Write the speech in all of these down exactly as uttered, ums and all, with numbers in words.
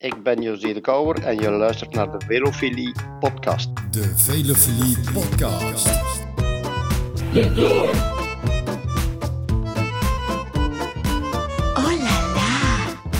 Ik ben José de Kouwer en je luistert naar de Velofilie podcast. De Velofilie podcast. De Tour. Oh la la.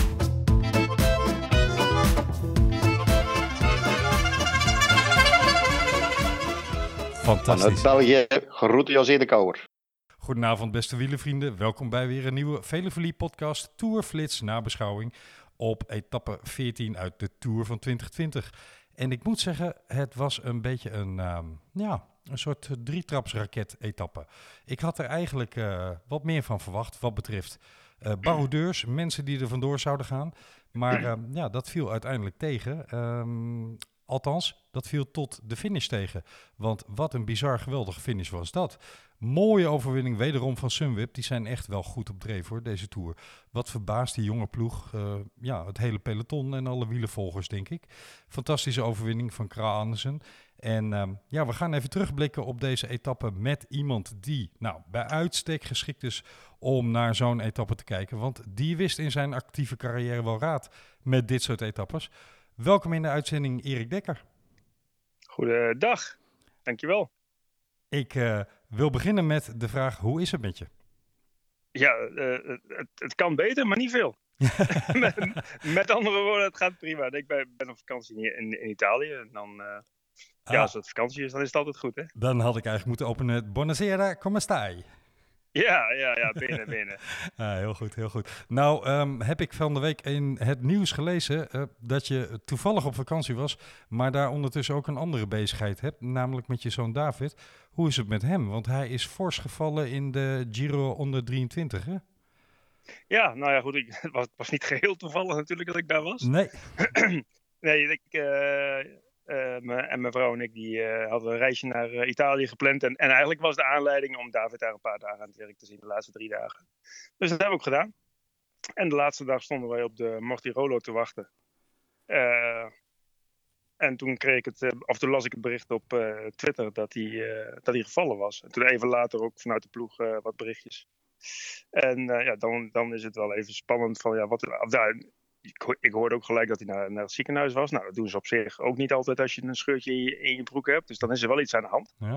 Fantastisch. Vanuit België, groeten José de Kouwer. Goedenavond beste wielervrienden, welkom bij weer een nieuwe Velofilie podcast Tourflits nabeschouwing op etappe veertien uit de Tour van twintig twintig. En ik moet zeggen, het was een beetje een, uh, ja, een soort drietrapsraket etappe. Ik had er eigenlijk uh, wat meer van verwacht wat betreft uh, baroudeurs, mensen die er vandoor zouden gaan. Maar uh, ja, dat viel uiteindelijk tegen. Um, Althans, dat viel tot de finish tegen. Want wat een bizar geweldige finish was dat. Mooie overwinning wederom van Sunweb. Die zijn echt wel goed op dreef hoor, deze Tour. Wat verbaast die jonge ploeg. Uh, ja, het hele peloton en alle wielervolgers denk ik. Fantastische overwinning van Kragh Andersen. En uh, ja, we gaan even terugblikken op deze etappe met iemand die nou, bij uitstek geschikt is om naar zo'n etappe te kijken. Want die wist in zijn actieve carrière wel raad met dit soort etappes. Welkom in de uitzending, Erik Dekker. Goedendag, dankjewel. Ik uh, wil beginnen met de vraag, hoe is het met je? Ja, uh, het, het kan beter, maar niet veel. met, met andere woorden, het gaat prima. Ik ben, ben op vakantie in, in, in Italië. En dan, uh, ah. ja, als het vakantie is, dan is het altijd goed, hè? Dan had ik eigenlijk moeten openen, buonasera, come stai? Ja, ja, ja, binnen, binnen. ah, heel goed, heel goed. Nou, um, heb ik van de week in het nieuws gelezen uh, dat je toevallig op vakantie was, maar daar ondertussen ook een andere bezigheid hebt, namelijk met je zoon David. Hoe is het met hem? Want hij is fors gevallen in de Giro onder drieëntwintig, hè? Ja, nou ja, goed. Ik, het, was, het was niet geheel toevallig natuurlijk dat ik daar was. Nee. nee, ik... Uh... Uh, me, en mijn vrouw en ik die, uh, hadden een reisje naar uh, Italië gepland. En, en eigenlijk was de aanleiding om David daar een paar dagen aan het werk te zien, de laatste drie dagen. Dus dat hebben we ook gedaan. En de laatste dag stonden wij op de Mortirolo te wachten. Uh, en toen kreeg ik het, uh, of toen las ik het bericht op uh, Twitter dat hij, uh, dat hij gevallen was. En toen even later ook vanuit de ploeg uh, wat berichtjes. En uh, ja, dan, dan is het wel even spannend van ja, wat. Of, nou, Ik, ik hoorde ook gelijk dat hij naar, naar het ziekenhuis was. Nou, dat doen ze op zich ook niet altijd als je een scheurtje in je, in je broek hebt. Dus dan is er wel iets aan de hand. Ja.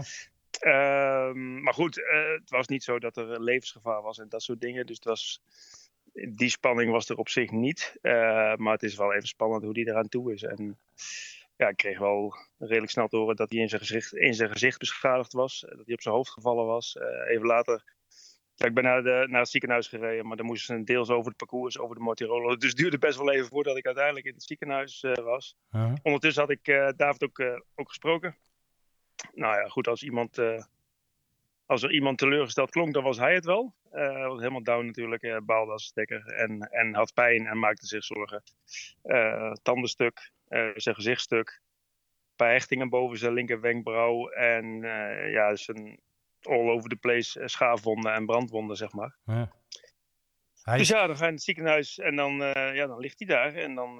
Uh, maar goed, uh, het was niet zo dat er levensgevaar was en dat soort dingen. Dus het was, die spanning was er op zich niet. Uh, maar het is wel even spannend hoe die eraan toe is. En ja, ik kreeg wel redelijk snel te horen dat hij in zijn gezicht, in zijn gezicht beschadigd was. Dat hij op zijn hoofd gevallen was. Uh, even later... Ja, ik ben naar, de, naar het ziekenhuis gereden, maar dan moesten ze deels over het parcours, over de Mortirolo. Dus het duurde best wel even voordat ik uiteindelijk in het ziekenhuis uh, was. Uh-huh. Ondertussen had ik uh, David ook, uh, ook gesproken. Nou ja, goed, als, iemand, uh, als er iemand teleurgesteld klonk, dan was hij het wel. Hij uh, was helemaal down natuurlijk, uh, baalde als een stekker en, en had pijn en maakte zich zorgen. Uh, tandenstuk, uh, zijn gezichtstuk, een paar hechtingen boven zijn linker wenkbrauw en uh, ja, zijn... all over the place uh, schaafwonden en brandwonden, zeg maar. Ja. Hij... Dus ja, dan ga je in het ziekenhuis en dan, uh, ja, dan ligt hij daar. En dan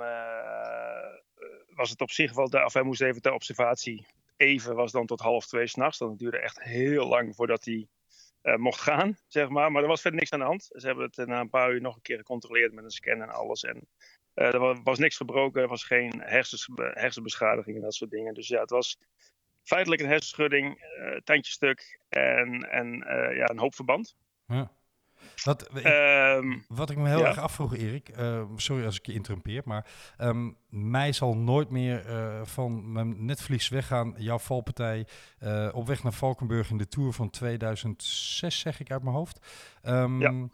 uh, was het op zich wel... De, of hij moest even ter observatie. Even was dan tot half twee 's nachts. Dat duurde echt heel lang voordat hij uh, mocht gaan, zeg maar. Maar er was verder niks aan de hand. Ze hebben het uh, na een paar uur nog een keer gecontroleerd met een scan en alles. En uh, er was, was niks gebroken. Er was geen hersens, hersenbeschadiging en dat soort dingen. Dus ja, het was... feitelijk een hersenschudding, uh, tandjestuk en, en uh, ja, een hoop verband. Ja. Wat, ik, um, wat ik me heel ja. erg afvroeg, Erik, uh, sorry als ik je interrumpeer, maar um, mij zal nooit meer uh, van mijn netvlies weggaan jouw valpartij uh, op weg naar Valkenburg in de Tour van tweeduizend zes, zeg ik uit mijn hoofd. Um, ja.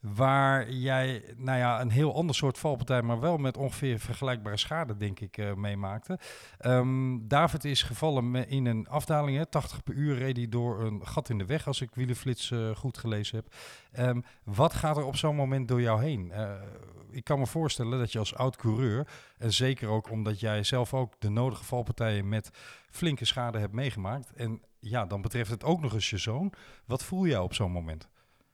Waar jij, nou ja, een heel ander soort valpartij, maar wel met ongeveer vergelijkbare schade, denk ik, uh, meemaakte. Um, David is gevallen me in een afdaling, hè, tachtig per uur reed hij door een gat in de weg, als ik wielerflits uh, goed gelezen heb. Um, wat gaat er op zo'n moment door jou heen? Uh, ik kan me voorstellen dat je als oud-coureur, en zeker ook omdat jij zelf ook de nodige valpartijen met flinke schade hebt meegemaakt, en ja, dan betreft het ook nog eens je zoon. Wat voel jij op zo'n moment?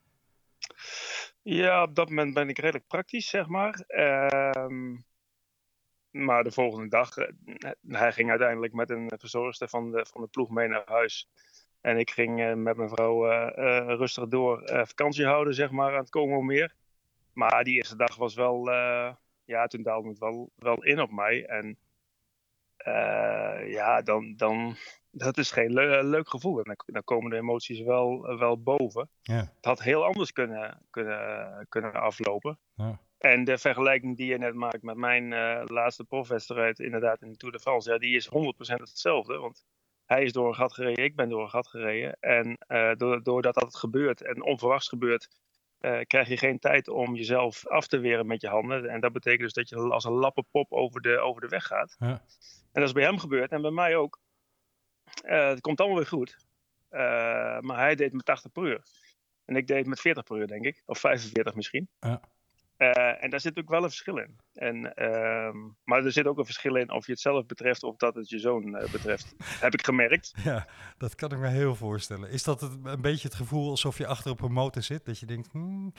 Ja, op dat moment ben ik redelijk praktisch, zeg maar. Um, maar de volgende dag, uh, hij ging uiteindelijk met een verzorgster van de, van de ploeg mee naar huis. En ik ging uh, met mijn vrouw uh, uh, rustig door uh, vakantie houden, zeg maar, aan het Como meer. Maar die eerste dag was wel, uh, ja, toen daalde het wel, wel in op mij. En uh, ja, dan, dan, dat is geen le- leuk gevoel. En dan, dan komen de emoties wel, wel boven. Ja. Het had heel anders kunnen, kunnen, kunnen aflopen. Ja. En de vergelijking die je net maakt met mijn uh, laatste profwedstrijd, inderdaad in de Tour de France, ja, die is honderd procent hetzelfde. Want hij is door een gat gereden, ik ben door een gat gereden. En uh, doordat dat gebeurt en onverwachts gebeurt, uh, krijg je geen tijd om jezelf af te weren met je handen. En dat betekent dus dat je als een lappenpop over de, over de weg gaat. Ja. En dat is bij hem gebeurd en bij mij ook. Uh, het komt allemaal weer goed. Uh, maar hij deed met tachtig per uur. En ik deed met veertig per uur, denk ik. Of vijfenveertig misschien. Ja. Uh, en daar zit ook wel een verschil in. En, uh, maar er zit ook een verschil in of je het zelf betreft of dat het je zoon uh, betreft. Heb ik gemerkt. Ja, dat kan ik me heel voorstellen. Is dat het, een beetje het gevoel alsof je achter op een motor zit? Dat je denkt... Hmm...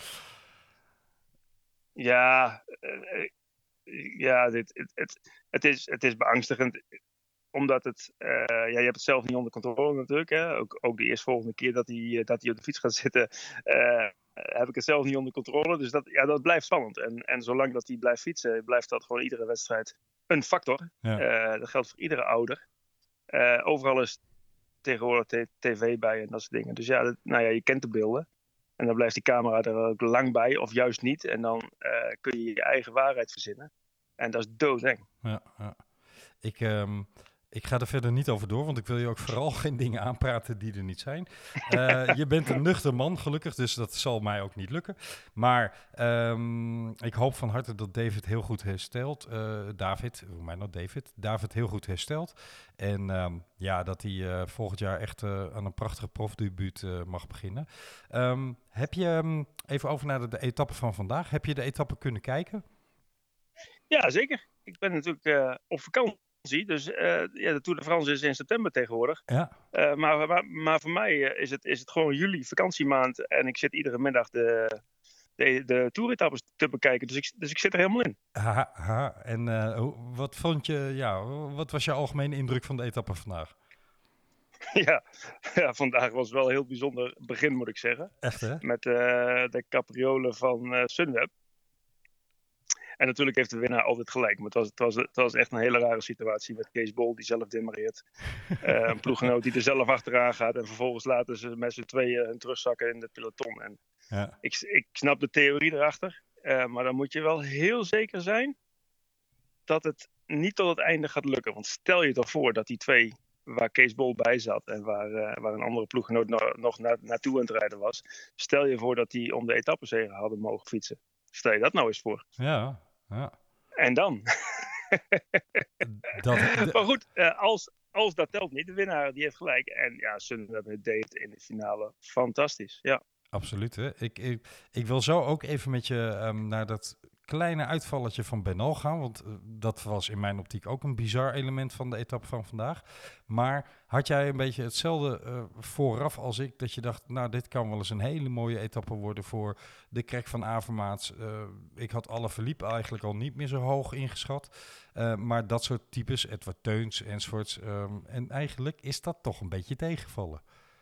Ja, uh, ja dit, het, het, het, is, het is beangstigend. Omdat het... Uh, ja, je hebt het zelf niet onder controle natuurlijk. Hè? Ook, ook de eerstvolgende keer dat hij, dat hij op de fiets gaat zitten... Uh, heb ik het zelf niet onder controle. Dus dat, ja, dat blijft spannend. En, en zolang dat hij blijft fietsen, blijft dat gewoon iedere wedstrijd een factor. Ja. Uh, dat geldt voor iedere ouder. Uh, overal is tegenwoordig t- tv bij en dat soort dingen. Dus ja, dat, nou ja, je kent de beelden. En dan blijft die camera er ook lang bij, of juist niet. En dan uh, kun je je eigen waarheid verzinnen. En dat is doodeng. Ja, ja. Ik... Um... Ik ga er verder niet over door, want ik wil je ook vooral geen dingen aanpraten die er niet zijn. Uh, je bent een nuchter man, gelukkig, dus dat zal mij ook niet lukken. Maar um, ik hoop van harte dat David heel goed herstelt. Uh, David, hoe mij nou David? David heel goed herstelt. En um, ja, dat hij uh, volgend jaar echt uh, aan een prachtige profdebuut uh, mag beginnen. Um, heb je, um, even over naar de, de etappe van vandaag, heb je de etappe kunnen kijken? Ja, zeker. Ik ben natuurlijk uh, op vakantie. Dus uh, ja, de Tour de France is in september tegenwoordig. Ja. Uh, maar, maar, maar voor mij uh, is, het, is het gewoon juli, vakantiemaand. En ik zit iedere middag de, de, de toeretappes te bekijken. Dus ik, dus ik zit er helemaal in. Ha, ha. En uh, wat vond je, ja, wat was je algemene indruk van de etappe vandaag? Ja, ja, vandaag was wel een heel bijzonder begin, moet ik zeggen. Echt, hè? Met uh, de capriolen van uh, Sunweb. En natuurlijk heeft de winnaar altijd gelijk. Maar het was, het was, het was echt een hele rare situatie met Kees Bol die zelf demareert. Uh, een ploeggenoot die er zelf achteraan gaat. En vervolgens laten ze met z'n tweeën hun terugzakken in het peloton. En ja. ik, ik snap de theorie erachter. Uh, maar dan moet je wel heel zeker zijn dat het niet tot het einde gaat lukken. Want stel je toch voor dat die twee waar Kees Bol bij zat en waar, uh, waar een andere ploeggenoot no- nog na- naartoe aan het rijden was. Stel je voor dat die om de etappezege hadden mogen fietsen. Stel je dat nou eens voor. Ja, ja. En dan? dat, de... Maar goed, uh, als, als dat telt niet. De winnaar die heeft gelijk. En ja, Sunweb deed het in de finale fantastisch. Ja. Absoluut. Hè? Ik, ik, ik wil zo ook even met je um, naar dat kleine uitvalletje van Bernal gaan. Want uh, dat was in mijn optiek ook een bizar element van de etappe van vandaag. Maar had jij een beetje hetzelfde uh, vooraf als ik? Dat je dacht, nou dit kan wel eens een hele mooie etappe worden voor de Krek van Avermaat. Uh, ik had Alaphilippe eigenlijk al niet meer zo hoog ingeschat. Uh, maar dat soort types, Edward Teuns enzovoorts. Um, en eigenlijk is dat toch een beetje tegengevallen.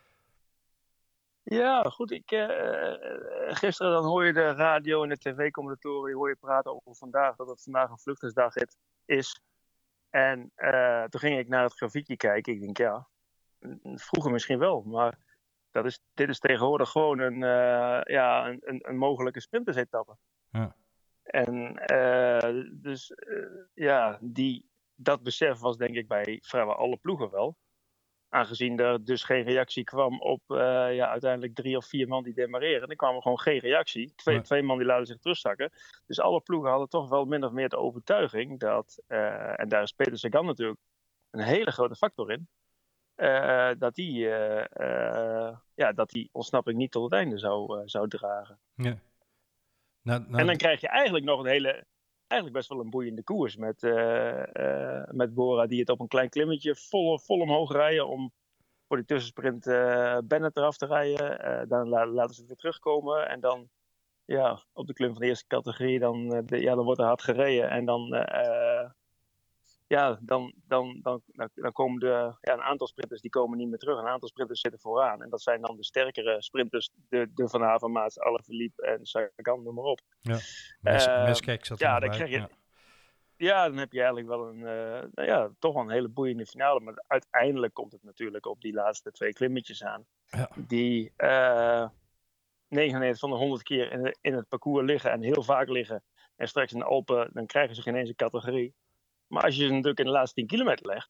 Ja, goed. Ik, uh, gisteren dan hoor je de radio en de tv-commentatoren, die hoor je praten over vandaag, dat het vandaag een vluchtersdag is. En uh, toen ging ik naar het grafiekje kijken. Ik denk, ja, vroeger misschien wel, maar dat is, dit is tegenwoordig gewoon een, uh, ja, een, een, een mogelijke sprintersetappe. Ja. En uh, dus, uh, ja, die, dat besef was denk ik bij vrijwel alle ploegen wel. Aangezien er dus geen reactie kwam op uh, ja, uiteindelijk drie of vier man die demareren. Er kwam gewoon geen reactie. Twee, ja. twee man die laten zich terugzakken. Dus alle ploegen hadden toch wel min of meer de overtuiging dat, uh, en daar is Peter Sagan natuurlijk een hele grote factor in, uh, dat die uh, uh, ja, dat die ontsnapping niet tot het einde zou, uh, zou dragen. Ja. Nou, nou, en dan krijg je eigenlijk nog een hele... Eigenlijk best wel een boeiende koers met, uh, uh, met Bora die het op een klein klimmetje vol, vol omhoog rijden om voor die tussensprint uh, Bennett eraf te rijden. Uh, dan la- laten ze het weer terugkomen en dan ja, op de klim van de eerste categorie dan, uh, de, ja, dan wordt er hard gereden en dan, uh, ja, dan, dan, dan, dan, dan komen de, ja, een aantal sprinters die komen niet meer terug. Een aantal sprinters zitten vooraan en dat zijn dan de sterkere sprinters, de, de Van Avermaat, Alaphilippe en Sagan, noem maar op. Ja, Mes, uh, Meskek zat er ja, nog dan bij. krijg je... Ja. ja, dan heb je eigenlijk wel een, uh, nou ja, toch wel een hele boeiende finale. Maar uiteindelijk komt het natuurlijk op die laatste twee klimmetjes aan. Ja. Die uh, negenennegentig van de honderd keer in, in het parcours liggen en heel vaak liggen. En straks in de Alpen, dan krijgen ze geen eens een categorie. Maar als je ze natuurlijk in de laatste tien kilometer legt.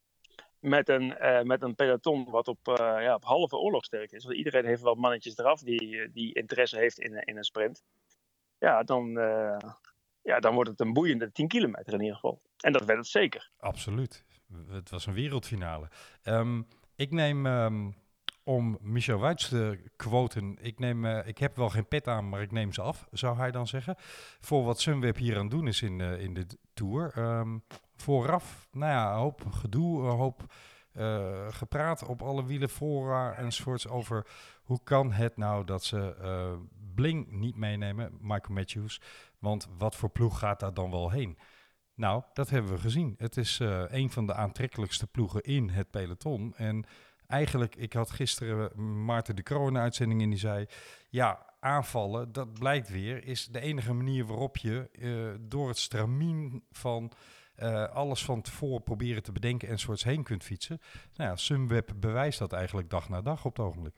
Met een, uh, met een peloton wat op, uh, ja, op halve oorlogsterk is. Want iedereen heeft wel mannetjes eraf die, die interesse heeft in, in een sprint. Ja, dan... Uh, Ja, dan wordt het een boeiende tien kilometer in ieder geval. En dat werd het zeker. Absoluut. Het was een wereldfinale. Um, ik neem, um, om Michel Wuits te quoten, ik, neem, uh, ik heb wel geen pet aan, maar ik neem ze af, zou hij dan zeggen. Voor wat Sunweb hier aan het doen is in, uh, in de Tour. Um, vooraf, nou ja, een hoop gedoe, een hoop uh, gepraat op alle wielen, fora enzovoorts over hoe kan het nou dat ze uh, Bling niet meenemen, Michael Matthews. Want wat voor ploeg gaat daar dan wel heen? Nou, dat hebben we gezien. Het is uh, een van de aantrekkelijkste ploegen in het peloton. En eigenlijk, ik had gisteren Maarten de Croo een uitzending en die zei... ja, aanvallen, dat blijkt weer, is de enige manier waarop je uh, door het stramien van... Uh, alles van tevoren proberen te bedenken en soorts heen kunt fietsen. Nou ja, Sunweb bewijst dat eigenlijk dag na dag op het ogenblik.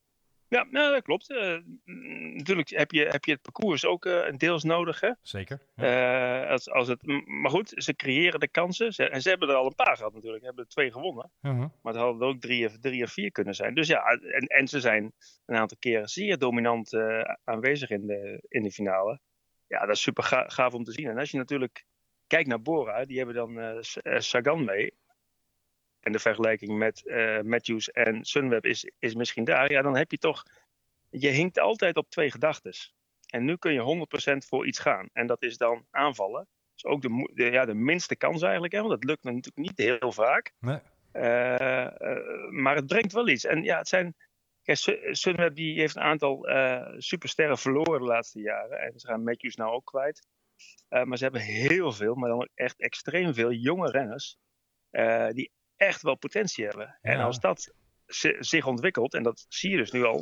Ja, nou, dat klopt. Uh, natuurlijk heb je, heb je het parcours ook uh, deels nodig. Hè? Zeker. Ja. Uh, als, als het, maar goed, ze creëren de kansen. Ze, en ze hebben er al een paar gehad natuurlijk. Ze hebben er twee gewonnen. Uh-huh. Maar het hadden er ook drie of, drie of vier kunnen zijn. Dus ja, en, en ze zijn een aantal keren zeer dominant uh, aanwezig in de, in de finale. Ja, dat is super ga, gaaf om te zien. En als je natuurlijk kijkt naar Bora, die hebben dan uh, Sagan mee. En de vergelijking met uh, Matthews en Sunweb is, is misschien daar. Ja, dan heb je toch... Je hinkt altijd op twee gedachtes. En nu kun je honderd procent voor iets gaan. En dat is dan aanvallen. Dat is ook de, de, ja, de minste kans eigenlijk. Hè, want dat lukt natuurlijk niet heel vaak. Nee. Uh, uh, maar het brengt wel iets. En ja, het zijn... Kijk, Sunweb die heeft een aantal uh, supersterren verloren de laatste jaren. En ze gaan Matthews nou ook kwijt. Uh, maar ze hebben heel veel, maar dan ook echt extreem veel jonge renners. Uh, die echt wel potentie hebben. Ja. En als dat z- zich ontwikkelt, en dat zie je dus nu al,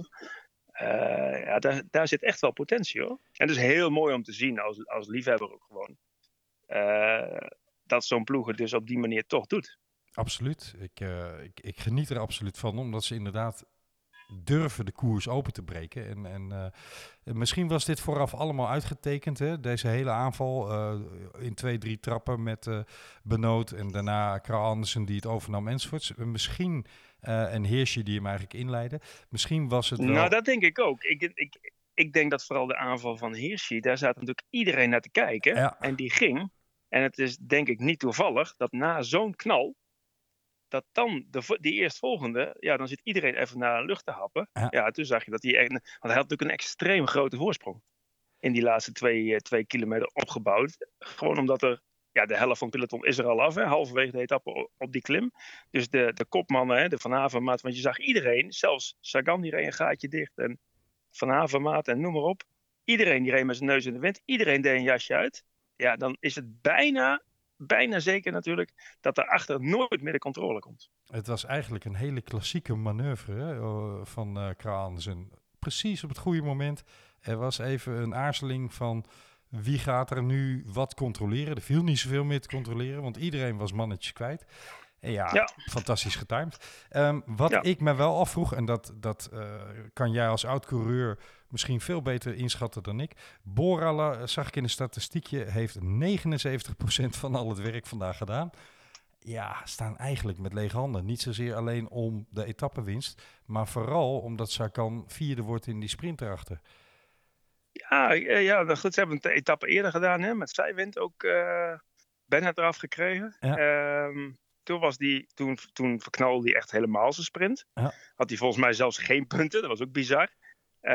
uh, ja, daar, daar zit echt wel potentie hoor. En het is heel mooi om te zien als, als liefhebber ook gewoon, uh, dat zo'n ploeg het dus op die manier toch doet. Absoluut. Ik, uh, ik, ik geniet er absoluut van, omdat ze inderdaad durven de koers open te breken. En, en uh, misschien was dit vooraf allemaal uitgetekend, hè? Deze hele aanval uh, in twee, drie trappen met uh, Benoot en daarna Kragh Andersen die het overnam enzovoorts. Misschien uh, en Hirschi die hem eigenlijk inleidde. Misschien was het wel... Nou, dat denk ik ook. Ik, ik, ik denk dat vooral de aanval van Hirschi, daar zat natuurlijk iedereen naar te kijken. Ja. En die ging. En het is denk ik niet toevallig dat na zo'n knal, dat dan de, die eerstvolgende, ja, dan zit iedereen even naar de lucht te happen. Ja, ja toen zag je dat hij echt, want hij had natuurlijk een extreem grote voorsprong in die laatste twee, twee kilometer opgebouwd. Gewoon omdat er, ja, de helft van het peloton is er al af, hè, halverwege de etappe op, op die klim. Dus de, de kopmannen, hè, de Van Avermaat, want je zag iedereen, zelfs Sagan die reed een gaatje dicht en Van Avermaat en noem maar op. Iedereen die reed met zijn neus in de wind, iedereen deed een jasje uit. Ja, dan is het bijna... Bijna zeker natuurlijk dat daarachter nooit meer de controle komt. Het was eigenlijk een hele klassieke manoeuvre hè, van uh, Kragh Andersen. Precies op het goede moment. Er was even een aarzeling van wie gaat er nu wat controleren. Er viel niet zoveel meer te controleren, want iedereen was mannetjes kwijt. En ja, ja, fantastisch getimed. Um, wat ja. ik me wel afvroeg, en dat, dat uh, kan jij als oud-coureur misschien veel beter inschatten dan ik. Bora, zag ik in een statistiekje, heeft negenenzeventig procent van al het werk vandaag gedaan. Ja, staan eigenlijk met lege handen. Niet zozeer alleen om de etappenwinst, maar vooral omdat Sagan vierde wordt in die sprint erachter. Ja, ja, goed, ze hebben een etappe eerder gedaan, hè, met zijwind ook uh, Bennett eraf gekregen. Ja. Um, Toen, was die, toen, toen verknalde hij echt helemaal zijn sprint. Ja. Had hij volgens mij zelfs geen punten. Dat was ook bizar. Uh,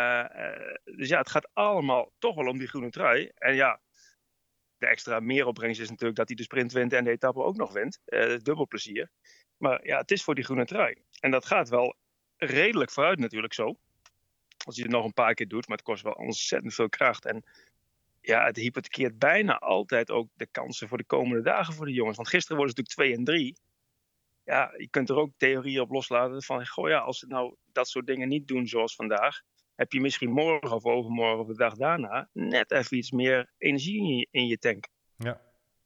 uh, dus ja, het gaat allemaal toch wel om die groene trui. En ja, de extra meeropbrengst is natuurlijk dat hij de sprint wint en de etappe ook nog wint. Uh, dubbel plezier. Maar ja, het is voor die groene trui. En dat gaat wel redelijk vooruit natuurlijk zo. Als hij het nog een paar keer doet. Maar het kost wel ontzettend veel kracht. En ja, het hypothekeert bijna altijd ook de kansen voor de komende dagen voor de jongens. Want gisteren worden ze natuurlijk twee en drie. Ja, je kunt er ook theorieën op loslaten van, goh ja, als ze nou dat soort dingen niet doen zoals vandaag, heb je misschien morgen of overmorgen of de dag daarna net even iets meer energie in je, in je tank. Ja,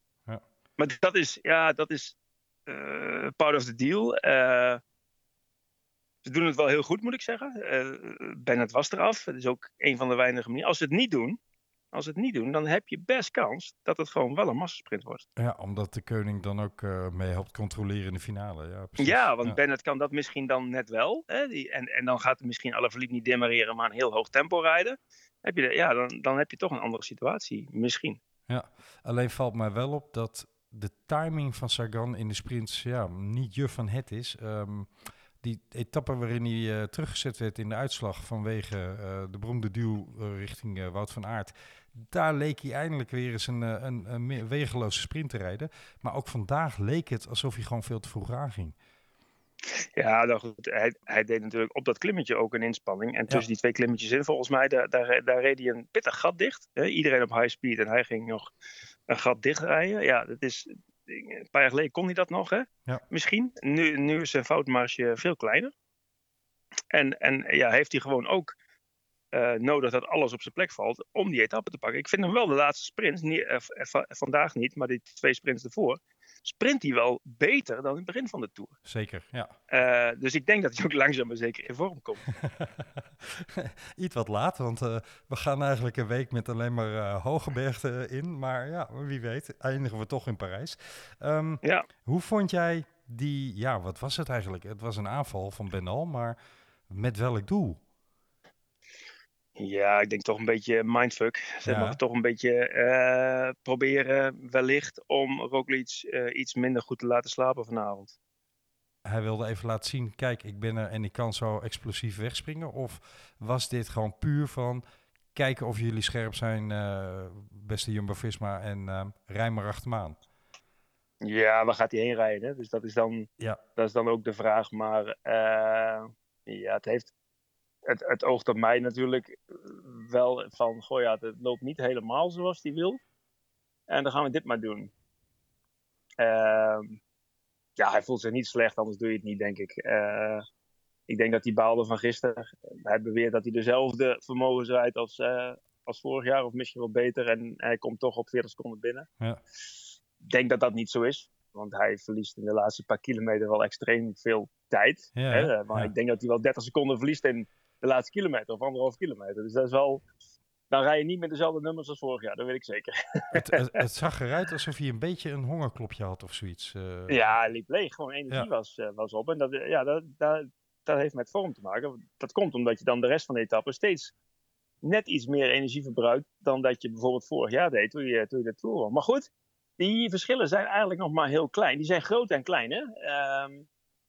maar dat is, ja, dat is uh, part of the deal. Uh, ze doen het wel heel goed, moet ik zeggen. Uh, Bennett was eraf. Het is ook een van de weinige manieren. Als ze het niet doen, als ze het niet doen, dan heb je best kans dat het gewoon wel een massasprint wordt. Ja, omdat de koning dan ook uh, mee helpt controleren in de finale. Ja, precies. Ja, want ja. Bennett kan dat misschien dan net wel. Hè? Die, en, en dan gaat misschien Alaphilippe niet demareren, maar een heel hoog tempo rijden. Heb je de, ja, dan, dan heb je toch een andere situatie, misschien. Ja, alleen valt mij wel op dat de timing van Sagan in de sprints ja, niet juf van het is. Um, die etappe waarin hij uh, teruggezet werd in de uitslag vanwege uh, de beroemde duw uh, richting uh, Wout van Aert. Daar leek hij eindelijk weer eens een, een, een weergeloze sprint te rijden. Maar ook vandaag leek het alsof hij gewoon veel te vroeg aanging. Ja, nou goed, hij, hij deed natuurlijk op dat klimmetje ook een inspanning. En tussen ja. die twee klimmetjes in, volgens mij, daar, daar, daar reed hij een pittig gat dicht. He, iedereen op high speed en hij ging nog een gat dicht rijden. Ja, dat is, een paar jaar geleden kon hij dat nog, hè? Ja. Misschien. Nu, nu is zijn foutmarge veel kleiner. En, en ja, heeft hij gewoon ook uh, nodig dat alles op zijn plek valt om die etappe te pakken. Ik vind hem wel de laatste sprint, niet, uh, v- vandaag niet, maar die twee sprints ervoor, sprint hij wel beter dan in het begin van de Tour. Zeker, ja. Uh, dus ik denk dat hij ook langzaam maar zeker in vorm komt. Iets wat laat, want uh, we gaan eigenlijk een week met alleen maar uh, hoge bergen in. Maar ja, wie weet, eindigen we toch in Parijs. Um, ja. Hoe vond jij die, ja, wat was het eigenlijk? Het was een aanval van Bernal, maar met welk doel? Ja, ik denk toch een beetje mindfuck. Ze ja. toch een beetje uh, proberen wellicht om Roglic uh, iets minder goed te laten slapen vanavond. Hij wilde even laten zien, kijk, ik ben er en ik kan zo explosief wegspringen. Of was dit gewoon puur van, kijken of jullie scherp zijn, uh, beste Jumbo-Visma, en uh, rij maar achter me aan. Ja, waar gaat hij heen rijden? Dus dat is dan, ja. dat is dan ook de vraag. Maar uh, ja, het heeft... Het, het oogt op mij natuurlijk wel van, goh ja, het loopt niet helemaal zoals hij wil. En dan gaan we dit maar doen. Uh, ja, hij voelt zich niet slecht, anders doe je het niet, denk ik. Uh, ik denk dat hij baalde van gisteren. Hij beweert dat hij dezelfde vermogens rijdt als, uh, als vorig jaar, of misschien wel beter. En hij komt toch op veertig seconden binnen. Ja. Ik denk dat dat niet zo is. Want hij verliest in de laatste paar kilometer wel extreem veel tijd. Ja, hè? Maar ja. ik denk dat hij wel dertig seconden verliest in de laatste kilometer of anderhalf kilometer. Dus dat is wel... Dan rij je niet met dezelfde nummers als vorig jaar, dat weet ik zeker. Het, het, het zag eruit alsof hij een beetje een hongerklopje had of zoiets. Uh... Ja, hij liep leeg. Gewoon energie ja. was, uh, was op. En dat, ja, dat, dat, dat heeft met vorm te maken. Dat komt omdat je dan de rest van de etappe steeds net iets meer energie verbruikt dan dat je bijvoorbeeld vorig jaar deed toen je, toen je de Tour won. Maar goed, die verschillen zijn eigenlijk nog maar heel klein. Die zijn groot en klein, hè. Uh,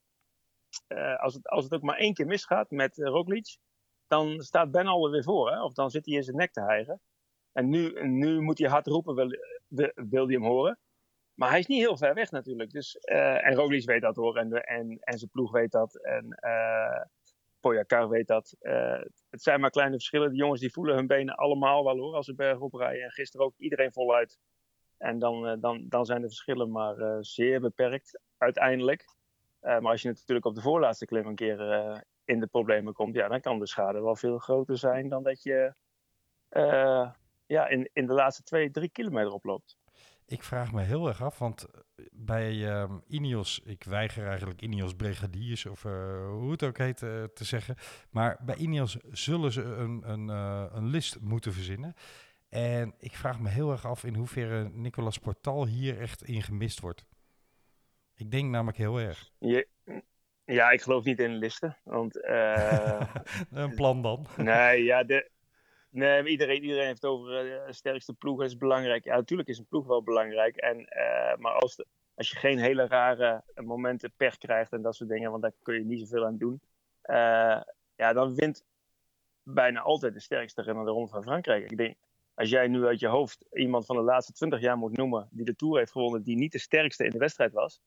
uh, als, het, als het ook maar één keer misgaat met uh, Roglic, dan staat Ben al er weer voor, hè? Of dan zit hij in zijn nek te hijgen. En nu, nu moet hij hard roepen, wil, wil hij hem horen. Maar hij is niet heel ver weg natuurlijk. Dus, uh, en Roglic weet dat hoor. En, en, en zijn ploeg weet dat. En uh, Pogacar weet dat. Uh, het zijn maar kleine verschillen. De jongens die voelen hun benen allemaal wel hoor. Als ze bergop rijden. En gisteren ook iedereen voluit. En dan, uh, dan, dan zijn de verschillen maar uh, zeer beperkt uiteindelijk. Uh, maar als je natuurlijk op de voorlaatste klim een keer... Uh, in de problemen komt, ja, dan kan de schade wel veel groter zijn dan dat je uh, ja, in, in de laatste twee, drie kilometer oploopt. Ik vraag me heel erg af, want bij um, Ineos, ik weiger eigenlijk Ineos Brigadiers of uh, hoe het ook heet uh, te zeggen, maar bij Ineos zullen ze een, een, uh, een list moeten verzinnen. En ik vraag me heel erg af in hoeverre Nicolas Portal hier echt in gemist wordt. Ik denk namelijk heel erg. Je... Ja, ik geloof niet in listen. Want, uh, een plan dan? Nee, ja, de, nee iedereen, iedereen heeft over uh, de sterkste ploeg is belangrijk. Ja, natuurlijk is een ploeg wel belangrijk. En, uh, maar als, de, als je geen hele rare momenten per krijgt en dat soort dingen, want daar kun je niet zoveel aan doen. Uh, ja, dan wint bijna altijd de sterkste renner de Ronde van Frankrijk. Ik denk, als jij nu uit je hoofd iemand van de laatste twintig jaar moet noemen die de Tour heeft gewonnen, die niet de sterkste in de wedstrijd was.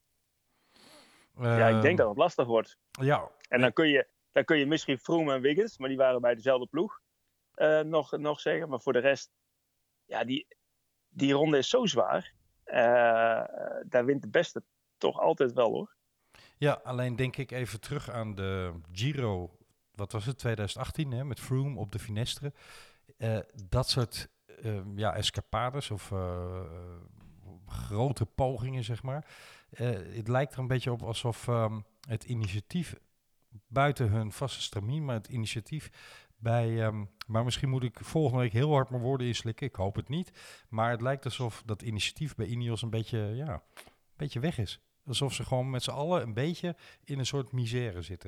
Ja, ik denk dat het lastig wordt. Ja. En dan kun je, dan kun je misschien Froome en Wiggins, maar die waren bij dezelfde ploeg, uh, nog, nog zeggen. Maar voor de rest, ja, die, die ronde is zo zwaar. Uh, daar wint de beste toch altijd wel, hoor. Ja, alleen denk ik even terug aan de Giro, wat was het, twintig achttien, hè, met Froome op de Finestre. Uh, dat soort uh, ja, escapades of... Uh, grote pogingen, zeg maar. Uh, het lijkt er een beetje op alsof um, het initiatief buiten hun vaste stramien, maar het initiatief bij... Um, maar misschien moet ik volgende week heel hard mijn woorden inslikken. Ik hoop het niet. Maar het lijkt alsof dat initiatief bij Ineos een beetje, ja, een beetje weg is. Alsof ze gewoon met z'n allen een beetje in een soort misère zitten.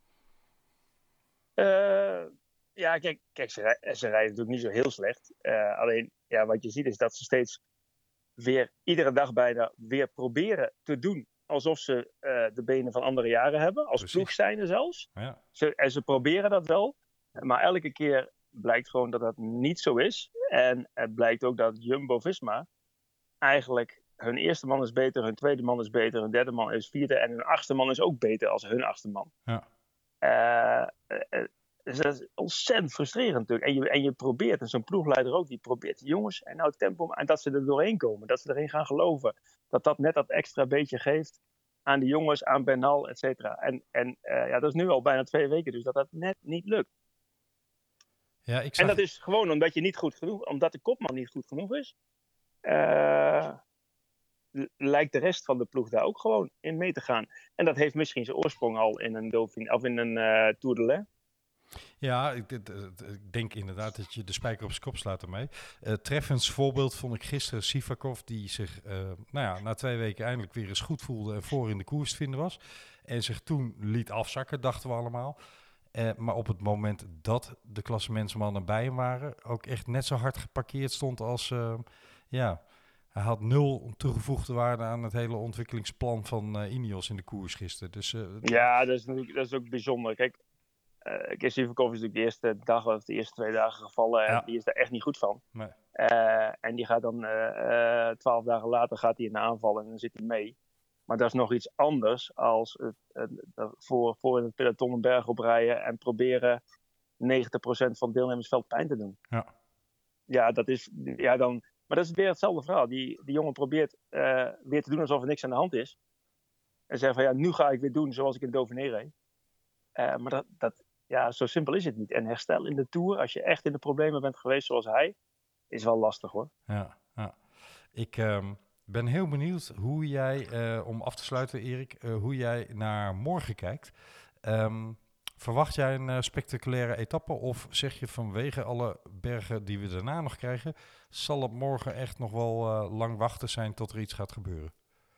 Uh, ja, kijk, kijk ze, rij, ze rijden natuurlijk niet zo heel slecht. Uh, alleen, ja, wat je ziet is dat ze steeds weer, iedere dag bijna, weer proberen te doen alsof ze uh, de benen van andere jaren hebben. Als Precies. ploeg zijnde zelfs. Ja. Ze, en ze proberen dat wel. Maar elke keer blijkt gewoon dat dat niet zo is. En het blijkt ook dat Jumbo-Visma eigenlijk... hun eerste man is beter, hun tweede man is beter, hun derde man is vierde en hun achtste man is ook beter als hun achtste man. Ja. Uh, uh, dus dat is ontzettend frustrerend natuurlijk. En je, en je probeert, en zo'n ploegleider ook, die probeert die jongens en nou tempo, en dat ze er doorheen komen, dat ze erin gaan geloven. Dat dat net dat extra beetje geeft aan de jongens, aan Bernal, et cetera. En, en uh, ja, dat is nu al bijna twee weken, dus dat dat net niet lukt. Ja, ik zag... En dat is gewoon omdat je niet goed genoeg, omdat de kopman niet goed genoeg is. Uh, lijkt de rest van de ploeg daar ook gewoon in mee te gaan. En dat heeft misschien zijn oorsprong al in een Dauphiné of in een uh, Tour de l'Ain. Ja, ik, ik, ik denk inderdaad dat je de spijker op zijn kop slaat ermee. Uh, treffends voorbeeld vond ik gisteren Sivakov, die zich uh, nou ja, na twee weken eindelijk weer eens goed voelde en voor in de koers te vinden was. En zich toen liet afzakken, dachten we allemaal. Uh, maar op het moment dat de klassementsmannen bij hem waren, ook echt net zo hard geparkeerd stond als... Uh, ja, hij had nul toegevoegde waarde aan het hele ontwikkelingsplan van uh, Ineos in de koers gisteren. Dus, uh, ja, dat is, natuurlijk, dat is ook bijzonder. Kijk, uh, Sivakov is natuurlijk de eerste dag of de eerste twee dagen gevallen en ja. die is daar echt niet goed van. Nee. Uh, en die gaat dan twaalf uh, uh, dagen later gaat hij in de aanval en dan zit hij mee. Maar dat is nog iets anders als het, uh, voor, voor in het peloton een berg oprijden en proberen negentig procent van het deelnemersveld pijn te doen. Ja, ja dat is, ja dan... Maar dat is weer hetzelfde verhaal. Die, die jongen probeert uh, weer te doen alsof er niks aan de hand is. En zegt van ja, nu ga ik weer doen zoals ik in Dauphiné reed. Uh, maar dat, dat, ja, zo simpel is het niet. En herstel in de Tour, als je echt in de problemen bent geweest zoals hij, is wel lastig hoor. Ja, ja. Ik um, ben heel benieuwd hoe jij, uh, om af te sluiten Erik, uh, hoe jij naar morgen kijkt. Um, Verwacht jij een uh, spectaculaire etappe of zeg je vanwege alle bergen die we daarna nog krijgen, zal het morgen echt nog wel uh, lang wachten zijn tot er iets gaat gebeuren?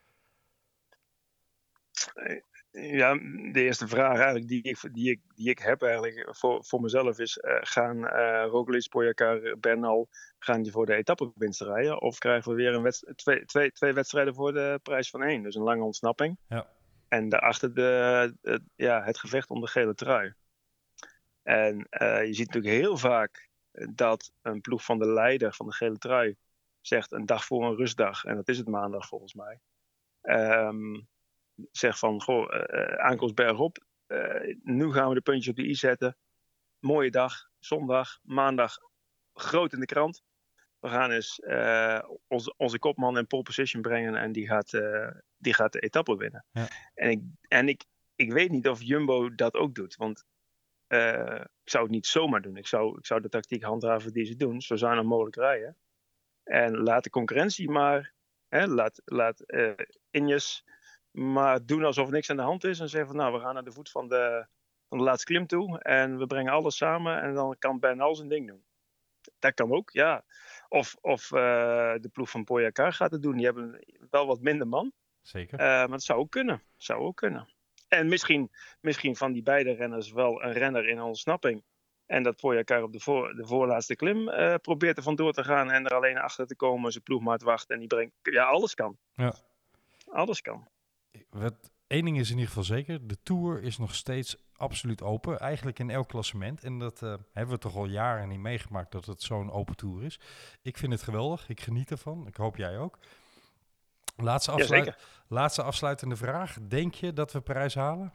Ja, de eerste vraag eigenlijk die ik, die ik, die ik heb eigenlijk voor, voor mezelf is, uh, gaan uh, Roglic, Pogačar, Bernal, gaan die voor de etappewinst rijden? Of krijgen we weer een wedst- twee, twee, twee wedstrijden voor de prijs van één? Dus een lange ontsnapping. Ja. En daarachter de, de, ja, het gevecht om de gele trui. En uh, je ziet natuurlijk heel vaak dat een ploeg van de leider van de gele trui zegt een dag voor een rustdag, en dat is het maandag volgens mij, um, zegt van, goh, uh, aankomst bergop, uh, nu gaan we de puntjes op de i zetten. Mooie dag, zondag, maandag, groot in de krant. We gaan eens uh, onze, onze kopman in pole position brengen en die gaat, uh, die gaat de etappe winnen. Ja. En, ik, en ik, ik weet niet of Jumbo dat ook doet, want uh, ik zou het niet zomaar doen. Ik zou, ik zou de tactiek handhaven die ze doen, zo zuinig mogelijk rijden. En laat de concurrentie maar, hè, laat, laat uh, Ineos maar doen alsof niks aan de hand is en zeggen van nou, we gaan naar de voet van de, van de laatste klim toe en we brengen alles samen en dan kan Bernal zijn ding doen. Dat kan ook, ja. Of, of uh, de ploeg van Pogačar gaat het doen. Die hebben wel wat minder man. Zeker. Uh, maar dat zou ook kunnen. Zou ook kunnen. En misschien, misschien van die beide renners wel een renner in ontsnapping. En dat Pogačar op de, voor, de voorlaatste klim uh, probeert er vandoor te gaan en er alleen achter te komen. Zijn ploegmaat wacht en die brengt... Ja, alles kan. Ja. Alles kan. Wat, één ding is in ieder geval zeker. De Tour is nog steeds absoluut open. Eigenlijk in elk klassement. En dat uh, hebben we toch al jaren niet meegemaakt dat het zo'n open Tour is. Ik vind het geweldig. Ik geniet ervan. Ik hoop jij ook. Laatste, afsluit- ja, laatste afsluitende vraag. Denk je dat we Parijs halen?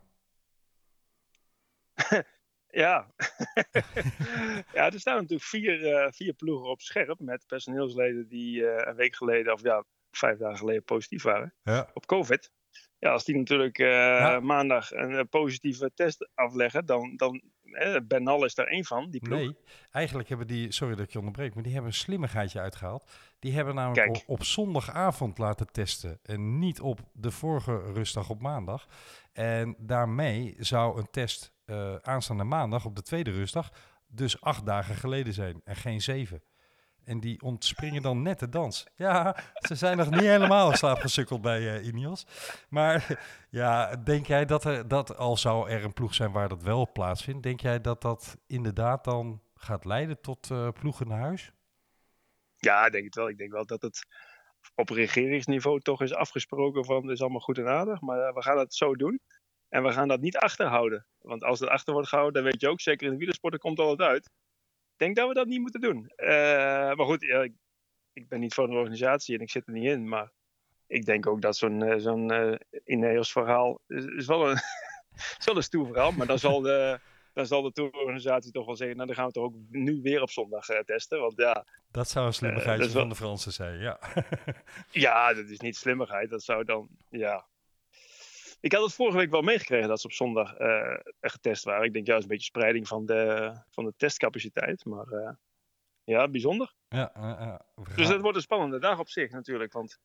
Ja. Ja, er staan natuurlijk vier, uh, vier ploegen op scherp met personeelsleden die uh, een week geleden, of ja, vijf dagen geleden positief waren ja. op COVID. Ja, als die natuurlijk uh, ja. maandag een uh, positieve test afleggen, dan, dan Eh, Bernal is daar één van, die ploeg. Nee, eigenlijk hebben die, sorry dat ik je onderbreek, maar die hebben een slimmigheidje uitgehaald. Die hebben namelijk Kijk. op, op zondagavond laten testen en niet op de vorige rustdag op maandag. En daarmee zou een test uh, aanstaande maandag op de tweede rustdag dus acht dagen geleden zijn en geen zeven. En die ontspringen dan net de dans. Ja, ze zijn nog niet helemaal in slaap gesukkeld bij uh, Ineos. Maar ja, denk jij dat er, dat al zou er een ploeg zijn waar dat wel plaatsvindt, denk jij dat dat inderdaad dan gaat leiden tot uh, ploegen naar huis? Ja, ik denk het wel. Ik denk wel dat het op regeringsniveau toch is afgesproken van, het is allemaal goed en aardig, maar uh, we gaan het zo doen. En we gaan dat niet achterhouden. Want als het achter wordt gehouden, dan weet je ook, zeker in de wielersport, er komt altijd uit. Ik denk dat we dat niet moeten doen. Uh, maar goed, ja, ik, ik ben niet voor een organisatie en ik zit er niet in. Maar ik denk ook dat zo'n, uh, zo'n uh, Ineos verhaal is, is, wel een, is wel een stoer verhaal. Maar dan zal de, dan zal de tourorganisatie toch wel zeggen, nou dan gaan we toch ook nu weer op zondag uh, testen. Want ja, dat zou een slimmigheidje uh, van de Fransen zijn, ja. Ja, dat is niet slimmigheid. Dat zou dan, ja... Ik had het vorige week wel meegekregen dat ze op zondag uh, getest waren. Ik denk juist een beetje spreiding van de, van de testcapaciteit. Maar uh, ja, bijzonder. Ja, uh, uh, gaan... Dus het wordt een spannende dag op zich natuurlijk. Want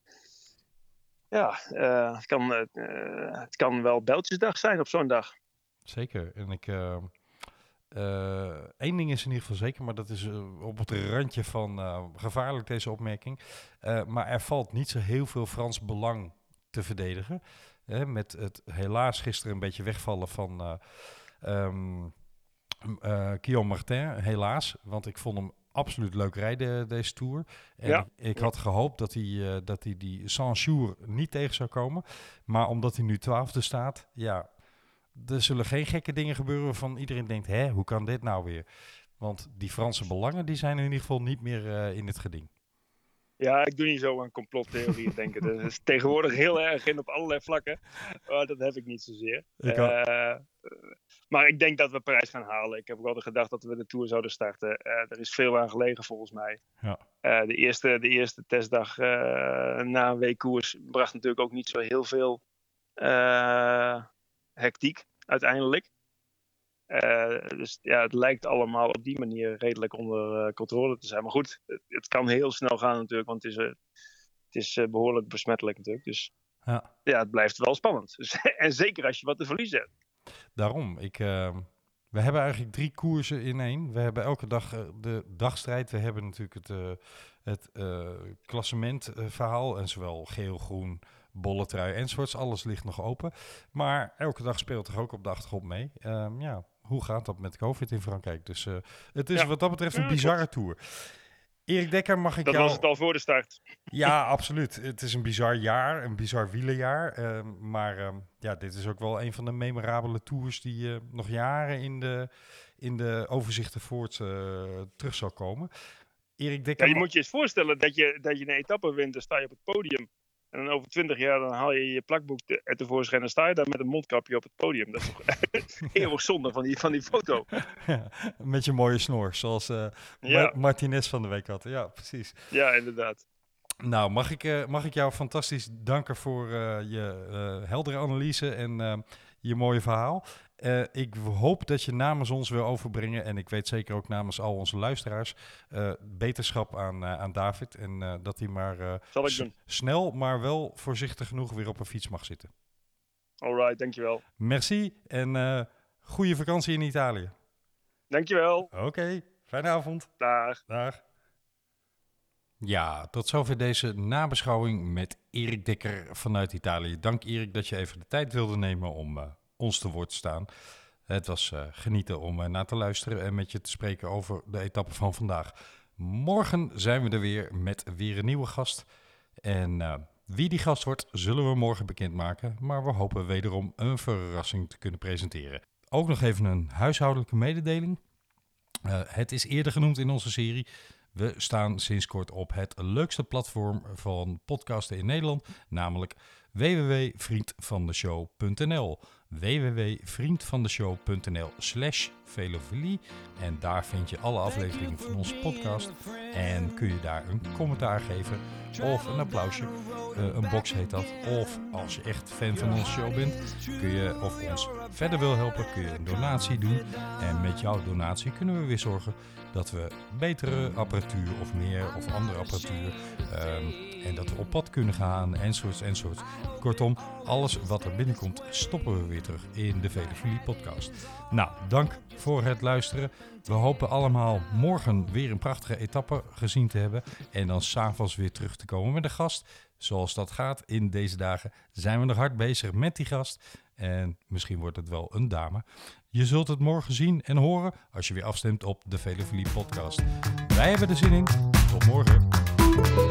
ja, uh, het, kan, uh, het kan wel Bijltjesdag zijn op zo'n dag. Zeker. En ik... Uh... Uh, één ding is in ieder geval zeker, maar dat is uh, op het randje van uh, gevaarlijk deze opmerking. Uh, maar er valt niet zo heel veel Frans belang te verdedigen. Hè, met het helaas gisteren een beetje wegvallen van uh, um, uh, Guillaume Martin, helaas. Want ik vond hem absoluut leuk rijden deze Tour. En ja. ik, ik had gehoopt dat hij, uh, dat hij die Saint-Jour niet tegen zou komen. Maar omdat hij nu twaalfde staat, ja... Er zullen geen gekke dingen gebeuren waarvan iedereen denkt, hè, hoe kan dit nou weer? Want die Franse belangen die zijn in ieder geval niet meer uh, in het geding. Ja, ik doe niet zo aan complottheorieën denken. Dat is tegenwoordig heel erg in op allerlei vlakken. Maar dat heb ik niet zozeer. Ik uh, uh, maar ik denk dat we Parijs gaan halen. Ik heb ook altijd gedacht dat we de Tour zouden starten. Uh, er is veel aan gelegen volgens mij. Ja. Uh, de, eerste, de eerste testdag uh, na een week koers bracht natuurlijk ook niet zo heel veel... Uh, hectiek uiteindelijk. Uh, dus ja, het lijkt allemaal op die manier redelijk onder uh, controle te zijn. Maar goed, het, het kan heel snel gaan natuurlijk, want het is, uh, het is uh, behoorlijk besmettelijk natuurlijk. Dus ja. ja, het blijft wel spannend. Dus, en zeker als je wat te verliezen hebt. Daarom, ik, uh, we hebben eigenlijk drie koersen in één. We hebben elke dag uh, de dagstrijd. We hebben natuurlijk het, uh, het uh, klassementverhaal en zowel geel, groen, bolle trui enzovoorts. Alles ligt nog open. Maar elke dag speelt er ook op de achtergrond mee. Um, ja, hoe gaat dat met COVID in Frankrijk? Dus uh, het is ja. wat dat betreft een ja, bizarre tour. Erik Dekker, mag ik dat jou... Dat was het al voor de start. Ja, absoluut. Het is een bizar jaar, een bizar wielerjaar. Uh, maar uh, ja, dit is ook wel een van de memorabele tours die uh, nog jaren in de, in de overzichten voort uh, terug zal komen. Erik Dekker... Ja, je moet je eens voorstellen dat je, dat je een etappe wint, dan sta je op het podium. En dan over twintig jaar dan haal je je plakboek te, er tevoorschijn en dan sta je daar met een mondkapje op het podium. Dat is toch eeuwig zonde van die, van die foto. Ja, met je mooie snor, zoals uh, ja. Ma- Martinez van de week had. Ja, precies. Ja, inderdaad. Nou, mag ik, uh, mag ik jou fantastisch danken voor uh, je uh, heldere analyse en uh, je mooie verhaal. Uh, ik hoop dat je namens ons wil overbrengen, en ik weet zeker ook namens al onze luisteraars, uh, beterschap aan, uh, aan David. En uh, dat hij maar uh, Zal ik doen. s- snel, maar wel voorzichtig genoeg weer op een fiets mag zitten. Alright, dankjewel. Merci en uh, goede vakantie in Italië. Dankjewel. Oké, okay, fijne avond. Dag. Dag. Ja, tot zover deze nabeschouwing met Erik Dekker vanuit Italië. Dank Erik dat je even de tijd wilde nemen om uh, ons te woord te staan. Het was uh, genieten om uh, naar te luisteren en met je te spreken over de etappe van vandaag. Morgen zijn we er weer met weer een nieuwe gast. En uh, wie die gast wordt, zullen we morgen bekendmaken. Maar we hopen wederom een verrassing te kunnen presenteren. Ook nog even een huishoudelijke mededeling. Uh, het is eerder genoemd in onze serie. We staan sinds kort op het leukste platform van podcasten in Nederland, namelijk w w w punt vriendvandeshow punt n l w w w punt vriendvandeshow punt n l slash Velofilie. En daar vind je alle afleveringen van onze podcast. En kun je daar een commentaar geven of een applausje. Uh, een box heet dat. Of als je echt fan van onze show bent, kun je of ons verder wil helpen, kun je een donatie doen. En met jouw donatie kunnen we weer zorgen dat we betere apparatuur of meer of andere apparatuur um, en dat we op pad kunnen gaan enzovoort enzovoort. Kortom, alles wat er binnenkomt stoppen we weer terug in de Velofilie podcast. Nou, dank voor het luisteren. We hopen allemaal morgen weer een prachtige etappe gezien te hebben en dan 's avonds weer terug te komen met een gast. Zoals dat gaat in deze dagen zijn we nog hard bezig met die gast en misschien wordt het wel een dame. Je zult het morgen zien en horen als je weer afstemt op de Velofilie podcast. Wij hebben er zin in. Tot morgen.